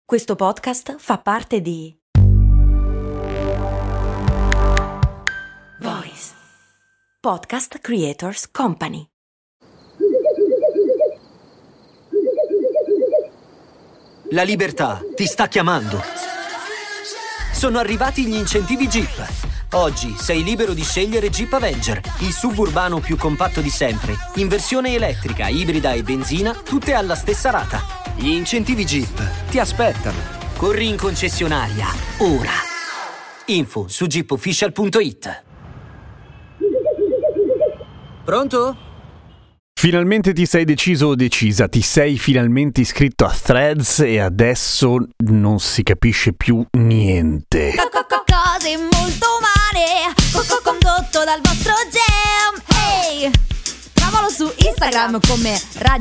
Questo podcast fa parte di Voice Podcast Creators Company. La libertà ti sta chiamando. Sono arrivati gli incentivi Jeep. Oggi sei libero di scegliere Jeep Avenger, il suburbano più compatto di sempre, in versione elettrica, ibrida e benzina, tutte alla stessa rata. Gli incentivi Jeep ti aspettano. Corri in concessionaria, ora. Info su jeepofficial.it. Pronto? Finalmente ti sei deciso o decisa, ti sei finalmente iscritto a Threads e adesso non si capisce più niente. Cose molto umane, condotto dal vostro Gem. Hey! Trovalo su Instagram come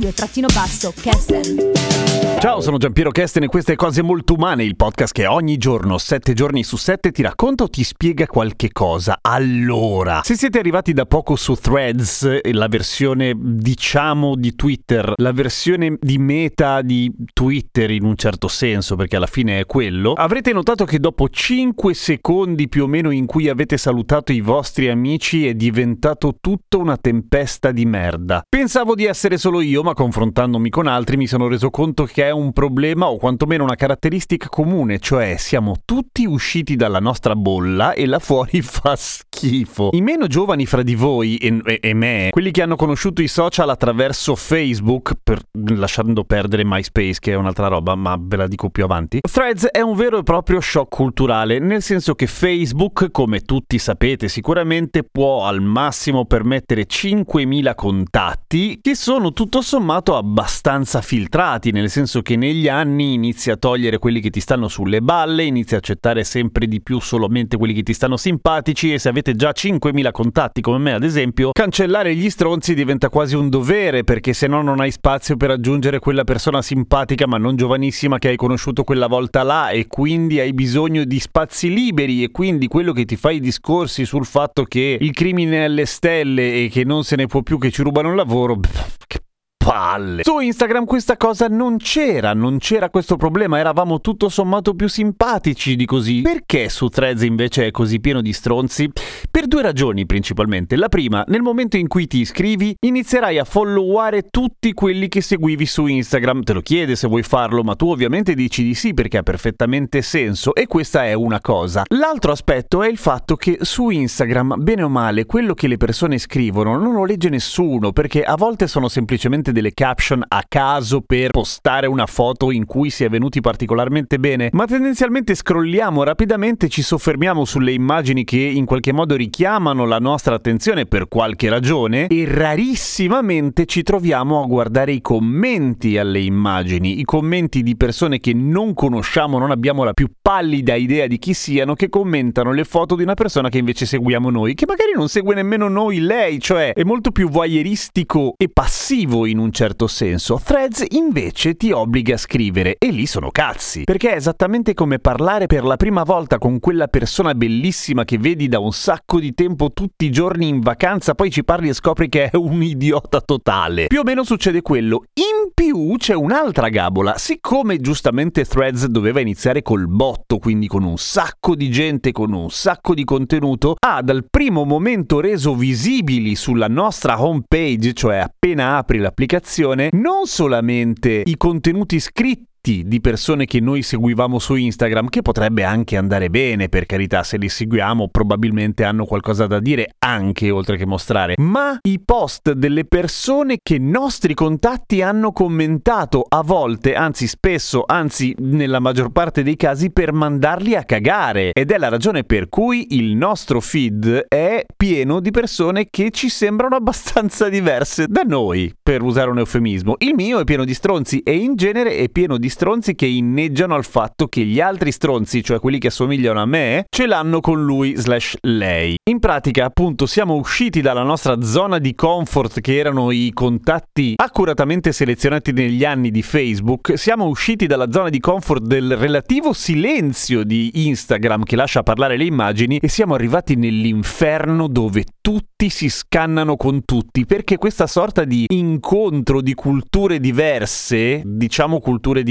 radio_Kesten. Ciao, sono Giampiero Kesten e queste Cose Molto Umane, il podcast che ogni giorno, 7 giorni su 7, ti racconta o ti spiega qualche cosa. Allora, se siete arrivati da poco su Threads, la versione diciamo di Twitter, la versione di meta di Twitter in un certo senso, perché alla fine è quello, avrete notato che dopo 5 secondi più o meno in cui avete salutato i vostri amici è diventato tutta una tempesta di merda. Pensavo di essere solo io, ma confrontandomi con altri mi sono reso conto che è un problema o quantomeno una caratteristica comune, cioè siamo tutti usciti dalla nostra bolla e là fuori fa schifo. I meno giovani fra di voi e me, quelli che hanno conosciuto i social attraverso Facebook, lasciando perdere MySpace che è un'altra roba, ma ve la dico più avanti, Threads è un vero e proprio shock culturale, nel senso che Facebook, come tutti sapete sicuramente, può al massimo permettere 5.000 contatti che sono tutto sommato abbastanza filtrati, nel senso che negli anni inizia a togliere quelli che ti stanno sulle balle, inizia a accettare sempre di più solamente quelli che ti stanno simpatici, e se avete già 5.000 contatti come me ad esempio, cancellare gli stronzi diventa quasi un dovere, perché se no non hai spazio per aggiungere quella persona simpatica ma non giovanissima che hai conosciuto quella volta là, e quindi hai bisogno di spazi liberi, e quindi quello che ti fa i discorsi sul fatto che il crimine è alle stelle e che non se ne può più, che ci rubano il lavoro, che palle. Su Instagram questa cosa non c'era questo problema, eravamo tutto sommato più simpatici di così. Perché su Threads invece è così pieno di stronzi? Per 2 ragioni principalmente. La prima, nel momento in cui ti iscrivi inizierai a followare tutti quelli che seguivi su Instagram, te lo chiede se vuoi farlo, ma tu ovviamente dici di sì perché ha perfettamente senso, e questa è una cosa. L'altro aspetto è il fatto che su Instagram, bene o male, quello che le persone scrivono non lo legge nessuno, perché a volte sono semplicemente delle caption a caso per postare una foto in cui si è venuti particolarmente bene, ma tendenzialmente scrolliamo rapidamente, ci soffermiamo sulle immagini che in qualche modo richiamano la nostra attenzione per qualche ragione, e rarissimamente ci troviamo a guardare i commenti alle immagini, i commenti di persone che non conosciamo, non abbiamo la più pallida idea di chi siano, che commentano le foto di una persona che invece seguiamo noi, che magari non segue nemmeno noi lei, cioè è molto più voyeuristico e passivo in un certo senso. Threads invece ti obbliga a scrivere, e lì sono cazzi, perché è esattamente come parlare per la prima volta con quella persona bellissima che vedi da un sacco di tempo tutti i giorni in vacanza, poi ci parli e scopri che è un idiota totale. Più o meno succede quello. In più c'è un'altra gabola, siccome giustamente Threads doveva iniziare col botto, quindi con un sacco di gente, con un sacco di contenuto, ha dal primo momento reso visibili sulla nostra homepage, cioè appena apri l'applicazione, non solamente i contenuti scritti di persone che noi seguivamo su Instagram, che potrebbe anche andare bene, per carità, se li seguiamo probabilmente hanno qualcosa da dire anche oltre che mostrare, ma i post delle persone che nostri contatti hanno commentato, a volte, anzi spesso, anzi nella maggior parte dei casi per mandarli a cagare, ed è la ragione per cui il nostro feed è pieno di persone che ci sembrano abbastanza diverse da noi, per usare un eufemismo. Il mio è pieno di stronzi, e in genere è pieno di stronzi che inneggiano al fatto che gli altri stronzi, cioè quelli che assomigliano a me, ce l'hanno con lui/lei. In pratica, appunto, siamo usciti dalla nostra zona di comfort, che erano i contatti accuratamente selezionati negli anni di Facebook, siamo usciti dalla zona di comfort del relativo silenzio di Instagram che lascia parlare le immagini, e siamo arrivati nell'inferno dove tutti si scannano con tutti, perché questa sorta di incontro di culture diverse, diciamo culture diverse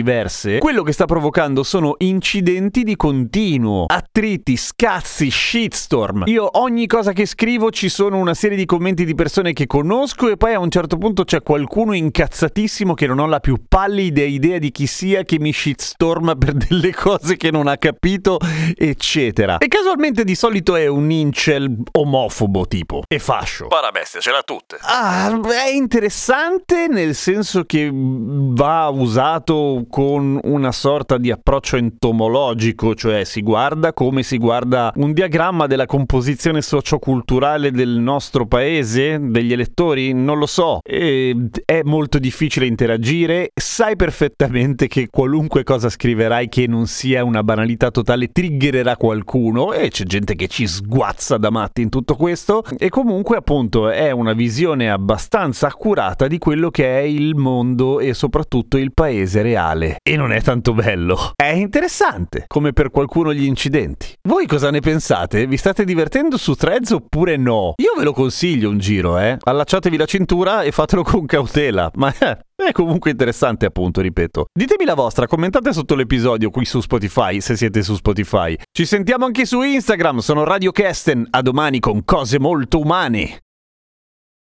diverse, quello che sta provocando sono incidenti di continuo, attriti, scazzi, shitstorm. Io ogni cosa che scrivo ci sono una serie di commenti di persone che conosco e poi a un certo punto c'è qualcuno incazzatissimo che non ho la più pallida idea di chi sia che mi shitstorma per delle cose che non ha capito, eccetera. E casualmente di solito è un incel omofobo tipo e fascio. Parabestia, ce l'ha tutte. È interessante nel senso che va usato con una sorta di approccio entomologico, cioè si guarda come si guarda un diagramma della composizione socioculturale del nostro paese, degli elettori, non lo so. È molto difficile interagire, sai perfettamente che qualunque cosa scriverai che non sia una banalità totale triggererà qualcuno e c'è gente che ci sguazza da matti in tutto questo, e comunque appunto è una visione abbastanza accurata di quello che è il mondo e soprattutto il paese reale, e non è tanto bello. È interessante, come per qualcuno gli incidenti. Voi cosa ne pensate? Vi state divertendo su Threads oppure no? Io ve lo consiglio un giro, allacciatevi la cintura e fatelo con cautela, ma è comunque interessante, appunto, ripeto. Ditemi la vostra, commentate sotto l'episodio qui su Spotify, se siete su Spotify. Ci sentiamo anche su Instagram, sono Radio Kesten, a domani con cose molto umane.